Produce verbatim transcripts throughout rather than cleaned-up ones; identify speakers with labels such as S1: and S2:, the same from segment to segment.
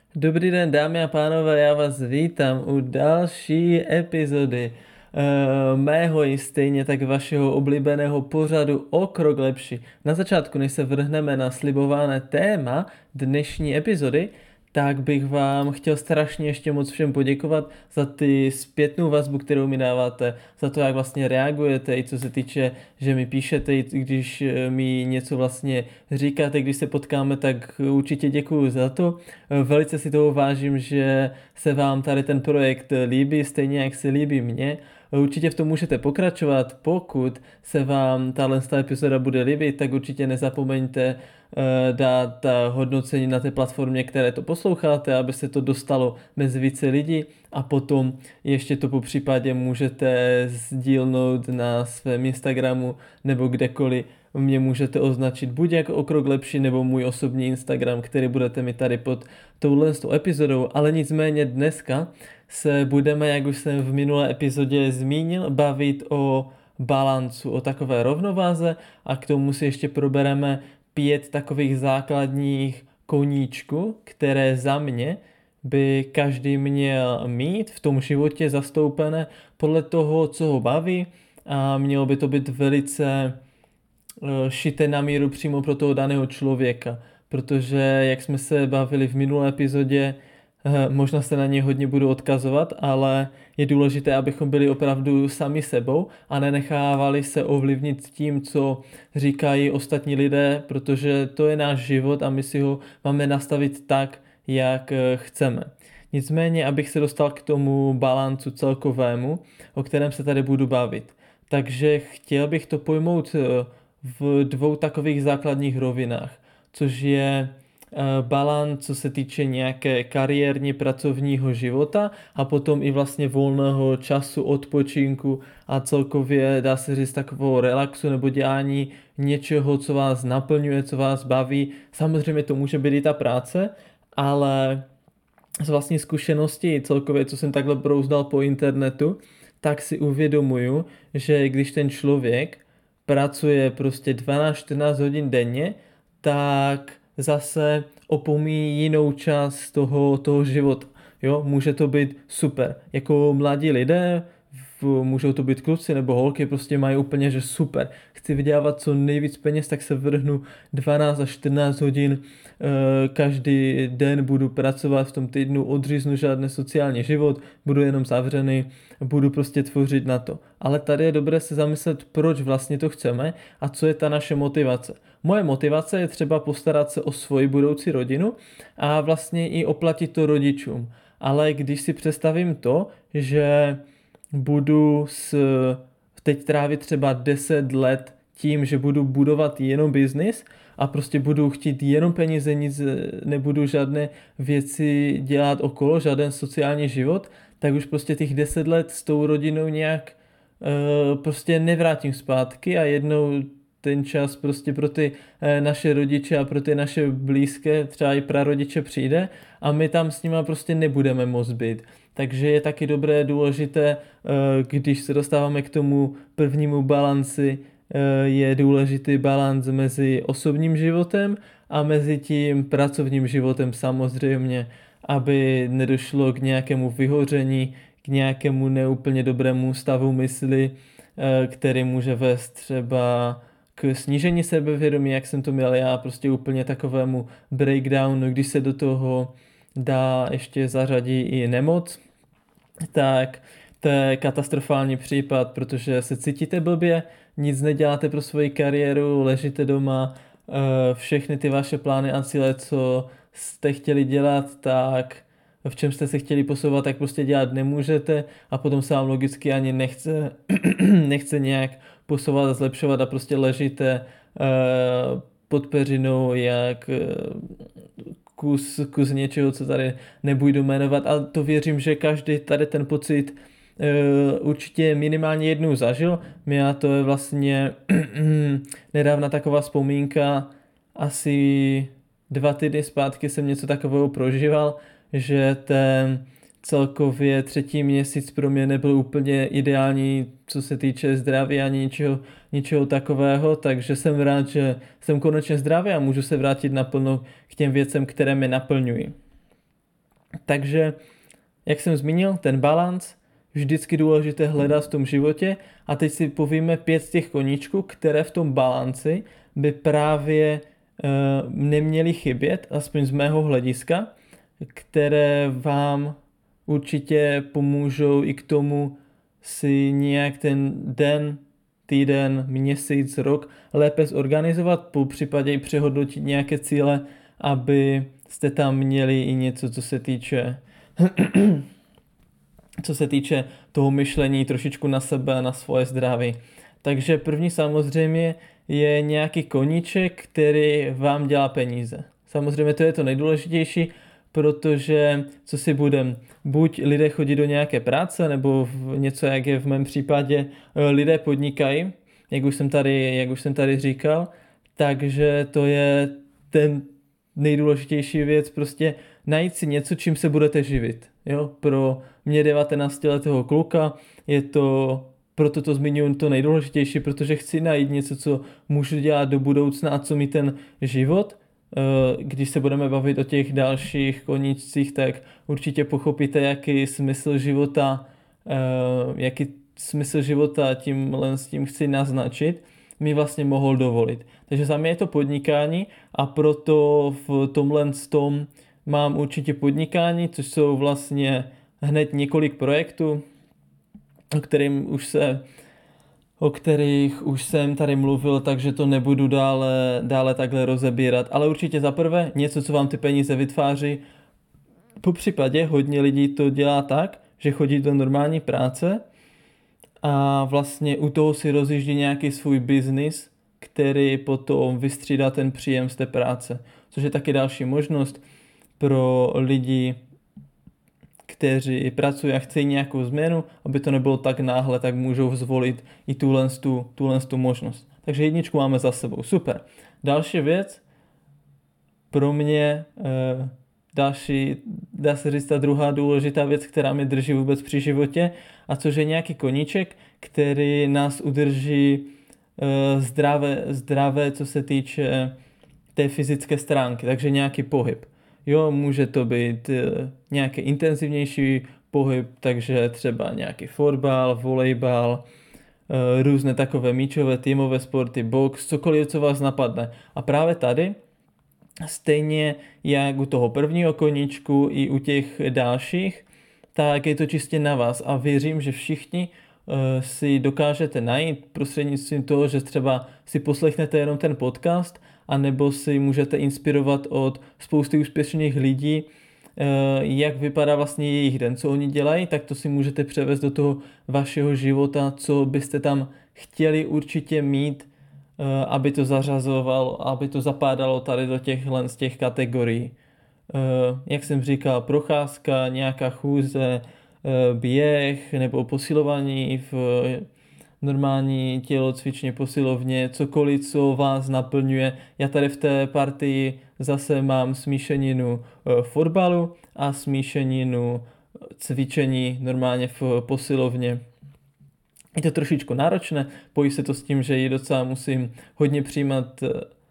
S1: Dobrý den, dámy a pánové, já vás vítám u další epizody uh, mého i stejně tak vašeho oblíbeného pořadu O krok lepší. Na začátku, než se vrhneme na slibované téma dnešní epizody, tak bych vám chtěl strašně ještě moc všem poděkovat za ty zpětnou vazbu, kterou mi dáváte, za to, jak vlastně reagujete, i co se týče, že mi píšete, i když mi něco vlastně říkáte, když se potkáme, tak určitě děkuju za to. Velice si toho vážím, že se vám tady ten projekt líbí, stejně jak se líbí mně. Určitě v tom můžete pokračovat, pokud se vám tahle epizoda bude líbit, tak určitě nezapomeňte uh, dát uh, hodnocení na té platformě, které to posloucháte, aby se to dostalo mezi více lidí a potom ještě to po případě můžete sdílnout na svém Instagramu nebo kdekoliv. Mě můžete označit buď jako O krok lepší nebo můj osobní Instagram, který budete mi tady pod touhle epizodou, ale nicméně dneska se budeme, jak už jsem v minulé epizodě zmínil, bavit o balancu, o takové rovnováze a k tomu si ještě probereme pět takových základních koníčků, které za mě by každý měl mít v tom životě zastoupené podle toho, co ho baví, a mělo by to být velice šité na míru přímo pro toho daného člověka, protože jak jsme se bavili v minulé epizodě, možná se na ně hodně budu odkazovat, ale je důležité, abychom byli opravdu sami sebou a nenechávali se ovlivnit tím, co říkají ostatní lidé, protože to je náš život a my si ho máme nastavit tak, jak chceme. Nicméně, abych se dostal k tomu balancu celkovému, o kterém se tady budu bavit. Takže chtěl bych to pojmout v dvou takových základních rovinách, což je balans, co se týče nějaké kariérní pracovního života a potom i vlastně volného času, odpočinku a celkově dá se říct takového relaxu nebo dělání něčeho, co vás naplňuje, co vás baví. Samozřejmě to může být i ta práce, ale z vlastní zkušenosti celkově, co jsem takhle brouzdal po internetu, tak si uvědomuju, že když ten člověk pracuje prostě dvanáct čtrnáct hodin denně, tak zase opomíjí jinou část toho, toho života. Jo, může to být super. Jako mladí lidé, v, můžou to být kluci nebo holky, prostě mají úplně, že super. Chci vydělávat co nejvíc peněz, tak se vrhnu dvanáct až čtrnáct hodin e, každý den, budu pracovat v tom týdnu, odříznu žádný sociální život, budu jenom zavřený, budu prostě tvořit na to. Ale tady je dobré se zamyslet, proč vlastně to chceme a co je ta naše motivace. Moje motivace je třeba postarat se o svoji budoucí rodinu a vlastně i oplatit to rodičům. Ale když si představím to, že budu s, teď trávit třeba deset let tím, že budu budovat jenom biznis a prostě budu chtít jenom peníze, nic nebudu žádné věci dělat okolo, žádný sociální život, tak už prostě těch deset let s tou rodinou nějak uh, prostě nevrátím zpátky a jednou ten čas prostě pro ty e, naše rodiče a pro ty naše blízké, třeba i prarodiče přijde a my tam s nima prostě nebudeme moc být. Takže je taky dobré, důležité, e, když se dostáváme k tomu prvnímu balanci, e, je důležitý balans mezi osobním životem a mezi tím pracovním životem samozřejmě, aby nedošlo k nějakému vyhoření, k nějakému neúplně dobrému stavu mysli, e, který může vést třeba k snížení sebevědomí, jak jsem to měl já, prostě úplně takovému breakdownu, když se do toho dá ještě zařadí i nemoc, tak to je katastrofální případ, protože se cítíte blbě, nic neděláte pro svoji kariéru, ležíte doma, všechny ty vaše plány a cíle, co jste chtěli dělat, tak v čem jste se chtěli posouvat, tak prostě dělat nemůžete a potom se vám logicky ani nechce, nechce nějak posouvat a zlepšovat a prostě ležíte uh, pod peřinou jak uh, kus, kus něčeho, co tady nebudu jmenovat, ale to věřím, že každý tady ten pocit uh, určitě minimálně jednou zažil. Mě to je vlastně nedávna taková vzpomínka, asi dva týdny zpátky jsem něco takového prožíval, že ten celkově třetí měsíc pro mě nebyl úplně ideální, co se týče zdraví ani ničeho, ničeho takového, takže jsem rád, že jsem konečně zdravý a můžu se vrátit naplno k těm věcem, které mě naplňují. Takže, jak jsem zmínil, ten balans vždycky důležité hledat v tom životě a teď si povíme pět z těch koníčků, které v tom balanci by právě uh, neměly chybět, aspoň z mého hlediska, které vám určitě pomůžou i k tomu si nějak ten den, týden, měsíc, rok lépe zorganizovat, po případě i přehodnotit nějaké cíle, aby jste tam měli i něco, co se týče co se týče toho myšlení trošičku na sebe a na svoje zdraví. Takže první samozřejmě je nějaký koníček, který vám dělá peníze. Samozřejmě to je to nejdůležitější, protože co si budem, buď lidé chodí do nějaké práce, nebo v něco, jak je v mém případě, lidé podnikají, jak už jsem tady, jak už jsem tady říkal, takže to je ten nejdůležitější věc, prostě najít si něco, čím se budete živit. Jo? Pro mě devatenáctiletého kluka je to, proto to zmiňuji to nejdůležitější, protože chci najít něco, co můžu dělat do budoucna a co mi ten život, když se budeme bavit o těch dalších koníčcích, tak určitě pochopíte, jaký smysl života, jaký smysl života tímhle s tím chci naznačit, mi vlastně mohl dovolit. Takže za mě je to podnikání a proto v tomhle tom mám určitě podnikání, což jsou vlastně hned několik projektů, o kterým už se, o kterých už jsem tady mluvil, takže to nebudu dále, dále takhle rozebírat. Ale určitě za prvé něco, co vám ty peníze vytváří. Po případě hodně lidí to dělá tak, že chodí do normální práce a vlastně u toho si rozjíždí nějaký svůj biznis, který potom vystřídá ten příjem z té práce. Což je taky další možnost pro lidi, kteří pracují a chtějí nějakou změnu, aby to nebylo tak náhle, tak můžou zvolit i tuhle tu, tuhle tu možnost. Takže jedničku máme za sebou, super. Další věc, pro mě eh, další, dá se říct, ta druhá důležitá věc, která mě drží vůbec při životě, a což je nějaký koníček, který nás udrží eh, zdravé, zdravé, co se týče té fyzické stránky, takže nějaký pohyb. Jo, může to být uh, nějaký intenzivnější pohyb, takže třeba nějaký fotbal, volejbal, uh, různé takové míčové, týmové sporty, box, cokoliv, co vás napadne. A právě tady, stejně jak u toho prvního koníčku i u těch dalších, tak je to čistě na vás a věřím, že všichni uh, si dokážete najít prostřednictvím toho, že třeba si poslechnete jenom ten podcast, a nebo si můžete inspirovat od spousty úspěšných lidí, jak vypadá vlastně jejich den, co oni dělají, tak to si můžete převést do toho vašeho života, co byste tam chtěli určitě mít, aby to zařazovalo, aby to zapádalo tady do těchhle z těch kategorií. Jak jsem říkal, procházka, nějaká chůze, běh nebo posilování v normální tělocvičně, posilovně, cokoliv, co vás naplňuje. Já tady v té partii zase mám smíšeninu fotbalu a smíšeninu cvičení normálně v posilovně. Je to trošičku náročné, pojí se to s tím, že ji docela musím hodně přijímat,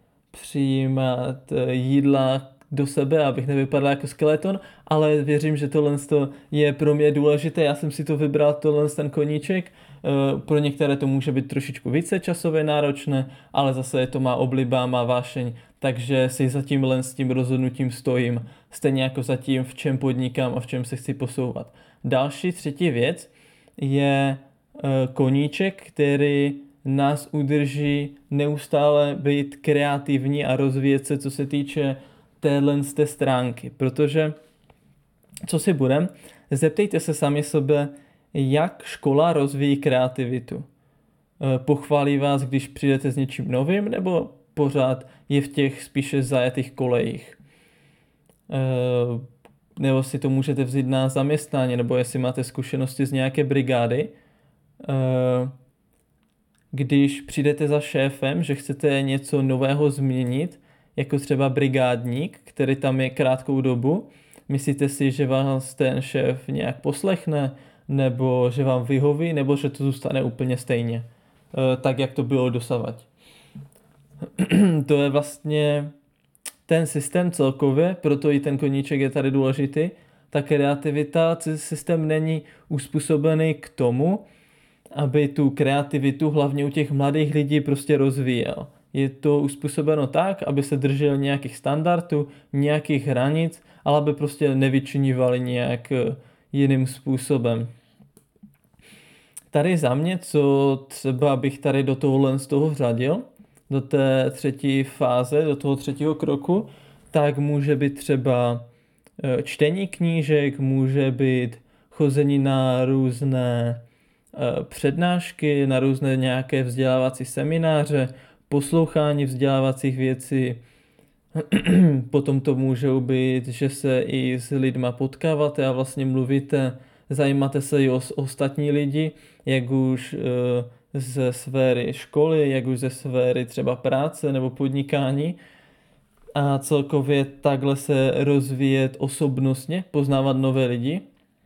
S1: přijímat jídla do sebe, abych nevypadal jako skeleton, ale věřím, že tohle je pro mě důležité. Já jsem si to vybral, tohle ten koníček. Pro některé to může být trošičku více časově náročné, ale zase je to má obliba, má vášeň, takže si za tímhle s tím rozhodnutím stojím, stejně jako za tím, v čem podnikám a v čem se chci posouvat. Další, třetí věc je koníček, který nás udrží neustále být kreativní a rozvíjet se, co se týče téhle z té stránky, protože co si budem, zeptejte se sami sebe, jak škola rozvíjí kreativitu. Pochválí vás, když přijdete s něčím novým, nebo pořád je v těch spíše zajetých kolejích? Nebo si to můžete vzít na zaměstnání, nebo jestli máte zkušenosti z nějaké brigády, když přijdete za šéfem, že chcete něco nového změnit, jako třeba brigádník, který tam je krátkou dobu, myslíte si, že vás ten šéf nějak poslechne, nebo že vám vyhoví, nebo že to zůstane úplně stejně, tak jak to bylo dosavať. To je vlastně ten systém celkově, proto i ten koníček je tady důležitý, ta kreativita, systém není uspůsobený k tomu, aby tu kreativitu hlavně u těch mladých lidí prostě rozvíjel. Je to uspůsobeno tak, aby se držel nějakých standardů, nějakých hranic, ale aby prostě nevyčinívali nějak jiným způsobem. Tady za mě, co třeba bych tady do tohohle z toho vřadil, do té třetí fáze, do toho třetího kroku, tak může být třeba čtení knížek, může být chození na různé přednášky, na různé nějaké vzdělávací semináře, poslouchání vzdělávacích věcí. Potom to můžou být, že se i s lidma potkáváte a vlastně mluvíte, zajímáte se i o ostatní lidi, jak už ze sféry školy, jak už ze sféry třeba práce nebo podnikání. A celkově takhle se rozvíjet osobnostně, poznávat nové lidi.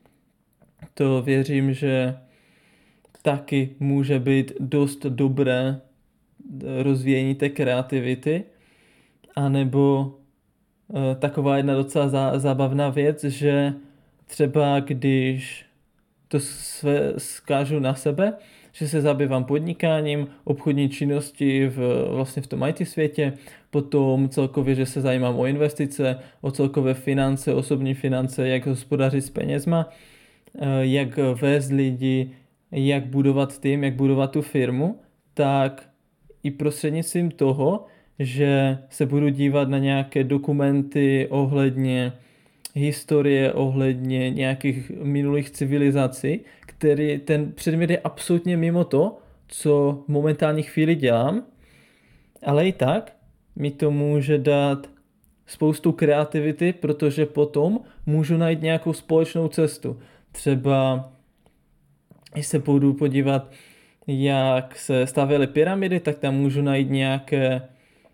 S1: To věřím, že taky může být dost dobré rozvíjení té kreativity. A nebo e, taková jedna docela zá, zábavná věc, že třeba když to své skážu na sebe, že se zabývám podnikáním, obchodní činnosti v, vlastně v tom í té světě, potom celkově, že se zajímám o investice, o celkové finance, osobní finance, jak hospodařit s penězma, e, jak vést lidi, jak budovat tým, jak budovat tu firmu, tak i prostřednictvím toho, že se budu dívat na nějaké dokumenty ohledně historie, ohledně nějakých minulých civilizací, který ten předmět je absolutně mimo to, co v momentální chvíli dělám, ale i tak mi to může dát spoustu kreativity, protože potom můžu najít nějakou společnou cestu. Třeba když se půjdu podívat, jak se stavěly pyramidy, tak tam můžu najít nějaké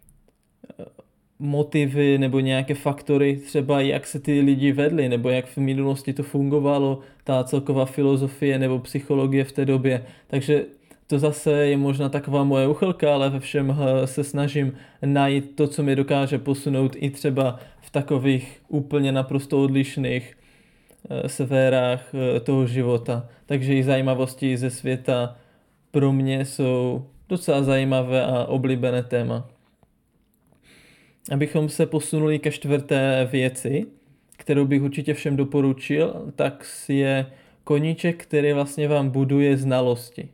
S1: motivy nebo nějaké faktory, třeba jak se ty lidi vedli, nebo jak v minulosti to fungovalo, ta celková filozofie nebo psychologie v té době. Takže to zase je možná taková moje uchylka, ale ve všem se snažím najít to, co mi dokáže posunout i třeba v takových úplně naprosto odlišných sférách toho života. Takže i zajímavosti ze světa pro mě jsou docela zajímavé a oblíbené téma. Abychom se posunuli ke čtvrté věci, kterou bych určitě všem doporučil, tak je koníček, který vlastně vám buduje znalosti.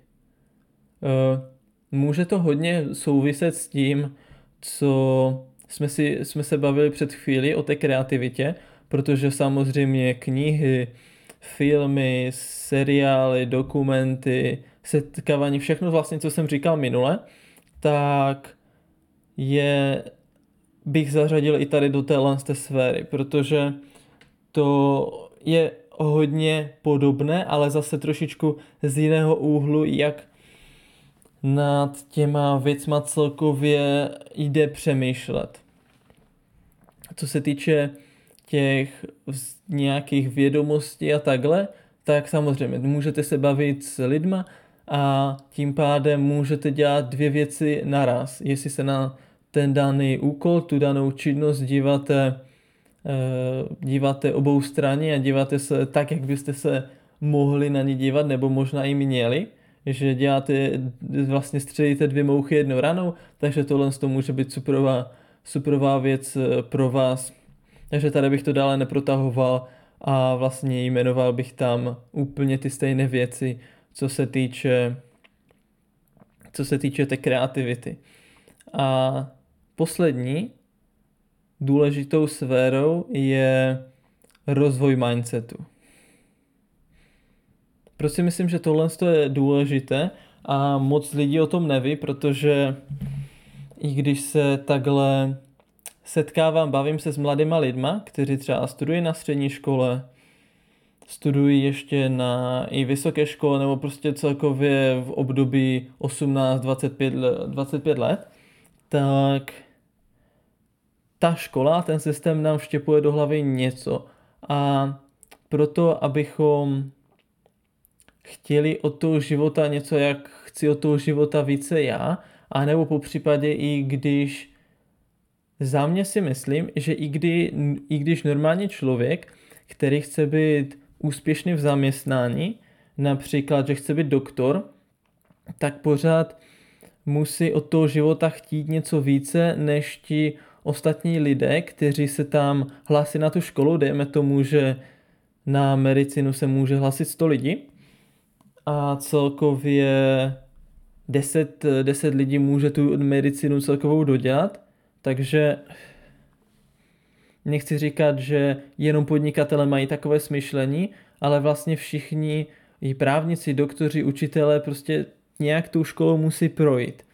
S1: Může to hodně souviset s tím, co jsme, si, jsme se bavili před chvíli o té kreativitě, protože samozřejmě knihy, filmy, seriály, dokumenty, setkávání, všechno vlastně, co jsem říkal minule, tak je, bych zařadil i tady do téhle z té sféry, protože to je hodně podobné, ale zase trošičku z jiného úhlu, jak nad těma věcma celkově jde přemýšlet. Co se týče těch nějakých vědomostí a takhle, tak samozřejmě můžete se bavit s lidma a tím pádem můžete dělat dvě věci naraz. Jestli se na ten daný úkol, tu danou činnost díváte, díváte obou straně a díváte se tak, jak byste se mohli na ně dívat, nebo možná i měli, že děláte, vlastně střelíte dvě mouchy jednou ranou, takže tohle to může být superová, superová věc pro vás. Takže tady bych to dále neprotahoval a vlastně jmenoval bych tam úplně ty stejné věci, co se týče, co se týče té kreativity. A poslední důležitou sférou je rozvoj mindsetu. Proč si myslím, že tohle je důležité a moc lidí o tom neví, protože i když se takhle setkávám, bavím se s mladýma lidma, kteří třeba studují na střední škole, studují ještě na i vysoké škole nebo prostě celkově v období osmnáct dvacet pět let, tak ta škola, ten systém nám vštěpuje do hlavy něco a proto, abychom chtěli od toho života něco, jak chci od toho života více já, a nebo po případě i když za mě si myslím, že i, kdy, i když normální člověk který chce být úspěšný v zaměstnání, například, že chce být doktor, tak pořád musí od toho života chtít něco více než ti ostatní lidé, kteří se tam hlásí na tu školu. Dejme tomu, že na medicínu se může hlásit sto lidí a celkově deset, deset lidí může tu medicínu celkovou dodělat, takže nechci říkat, že jenom podnikatelé mají takové smýšlení, ale vlastně všichni i právníci, doktoři, učitelé prostě nějak tou školou musí projít.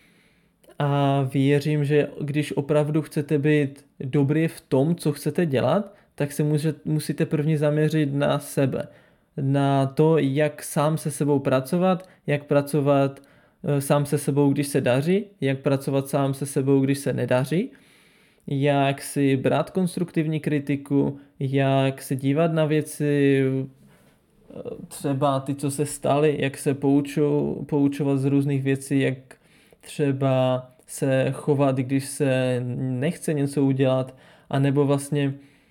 S1: A věřím, že když opravdu chcete být dobrý v tom, co chcete dělat, tak se musíte první zaměřit na sebe. Na to, jak sám se sebou pracovat, jak pracovat sám se sebou, když se daří, jak pracovat sám se sebou, když se nedaří, jak si brát konstruktivní kritiku, jak se dívat na věci, třeba ty, co se staly, jak se pouču, poučovat z různých věcí, jak třeba se chovat, když se nechce něco udělat, anebo vlastně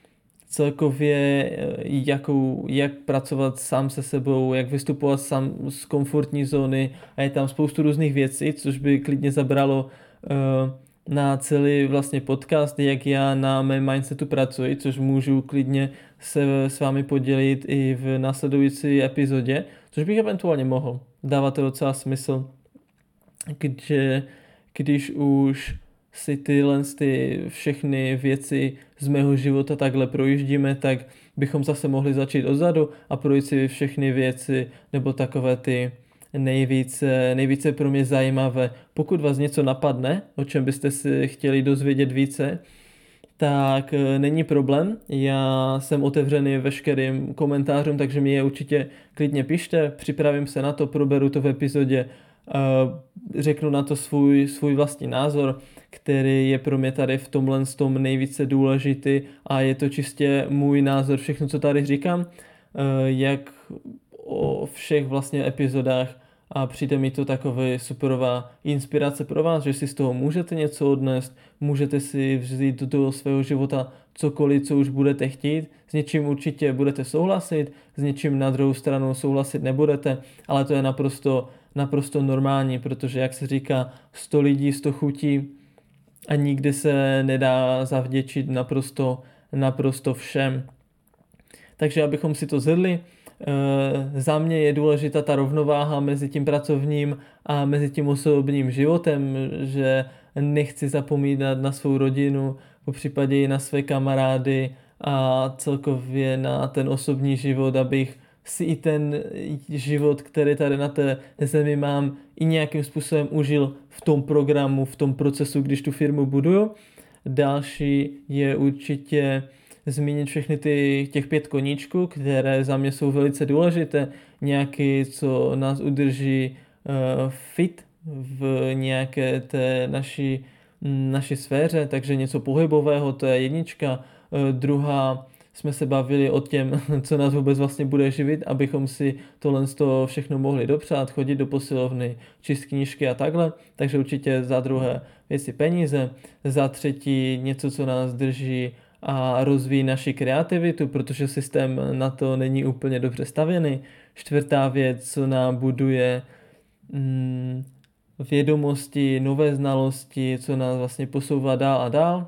S1: celkově jakou, jak pracovat sám se sebou, jak vystupovat sám z komfortní zóny a je tam spoustu různých věcí, což by klidně zabralo uh, na celý vlastně podcast, jak já na mém mindsetu pracuji, což můžu klidně se s vámi podělit i v následující epizodě, což bych eventuálně mohl. Dává to docela smysl, když, když už si tyhle ty všechny věci z mého života takhle projíždíme, tak bychom zase mohli začít odzadu a projít si všechny věci nebo takové ty nejvíce, nejvíce pro mě zajímavé. Pokud vás něco napadne, o čem byste si chtěli dozvědět více, tak není problém. Já jsem otevřený veškerým komentářům, takže mi je určitě klidně pište, připravím se na to, proberu to v epizodě, řeknu na to svůj, svůj vlastní názor, který je pro mě tady v tomhle tom nejvíce důležitý a je to čistě můj názor, všechno, co tady říkám, jak o všech vlastně epizodách a přijde mi to taková superová inspirace pro vás, že si z toho můžete něco odnést, můžete si vzít do svého života cokoliv, co už budete chtít, s něčím určitě budete souhlasit, s něčím na druhou stranu souhlasit nebudete, ale to je naprosto, naprosto normální, protože jak se říká, sto lidí, sto chutí a nikdy se nedá zavděčit naprosto, naprosto všem. Takže abychom si to zhrli, e, za mě je důležitá ta rovnováha mezi tím pracovním a mezi tím osobním životem, že nechci zapomínat na svou rodinu, popřípadě i na své kamarády a celkově na ten osobní život, abych si i ten život, který tady na té zemi mám, i nějakým způsobem užil v tom programu, v tom procesu, když tu firmu buduju. Další je určitě zmínit všechny ty, těch pět koníčků, které za mě jsou velice důležité. Nějaký, co nás udrží uh, fit v nějaké té naší, naší sféře, takže něco pohybového, to je jednička. Uh, druhá, jsme se bavili o těm, co nás vůbec vlastně bude živit, abychom si tohle z toho všechno mohli dopřát, chodit do posilovny, číst knížky a takhle. Takže určitě za druhé věci peníze, za třetí něco, co nás drží a rozvíjí naši kreativitu, protože systém na to není úplně dobře stavěný. Čtvrtá věc, co nám buduje mm, vědomosti, nové znalosti, co nás vlastně posouvá dál a dál.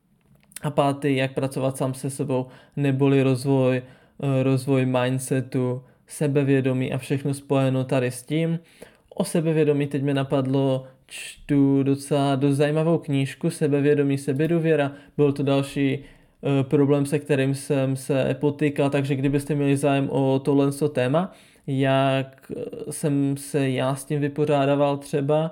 S1: A pátý, jak pracovat sám se sebou, neboli rozvoj, rozvoj mindsetu, sebevědomí a všechno spojeno tady s tím. O sebevědomí teď mi napadlo, čtu docela dost zajímavou knížku Sebevědomí, sebedůvěra. Byl to další uh, problém, se kterým jsem se potýkal, takže kdybyste měli zájem o tohle téma, jak jsem se já s tím vypořádával třeba,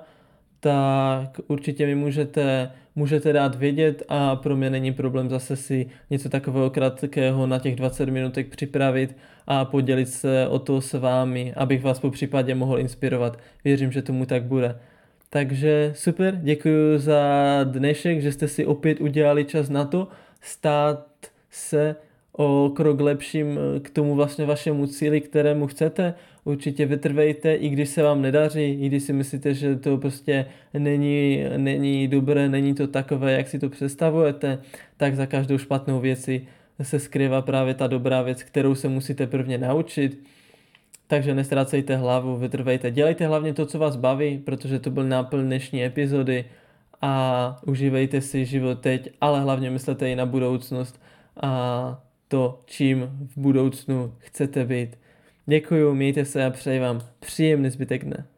S1: tak určitě mi můžete, můžete dát vědět a pro mě není problém zase si něco takového krátkého na těch dvacet minutek připravit a podělit se o to s vámi, abych vás po případě mohl inspirovat. Věřím, že tomu tak bude. Takže super, děkuji za dnešek, že jste si opět udělali čas na to stát se o krok lepším k tomu vlastně vašemu cíli, kterému chcete. Určitě vytrvejte, i když se vám nedaří, i když si myslíte, že to prostě není, není dobré, není to takové, jak si to představujete, tak za každou špatnou věci se skrývá právě ta dobrá věc, kterou se musíte prvně naučit. Takže nestrácejte hlavu, vytrvejte. Dělejte hlavně to, co vás baví, protože to byl náplň dnešní epizody a užívejte si život teď, ale hlavně myslete i na budoucnost a to, čím v budoucnu chcete být. Děkuju, mějte se a přeji vám příjemný zbytek dne.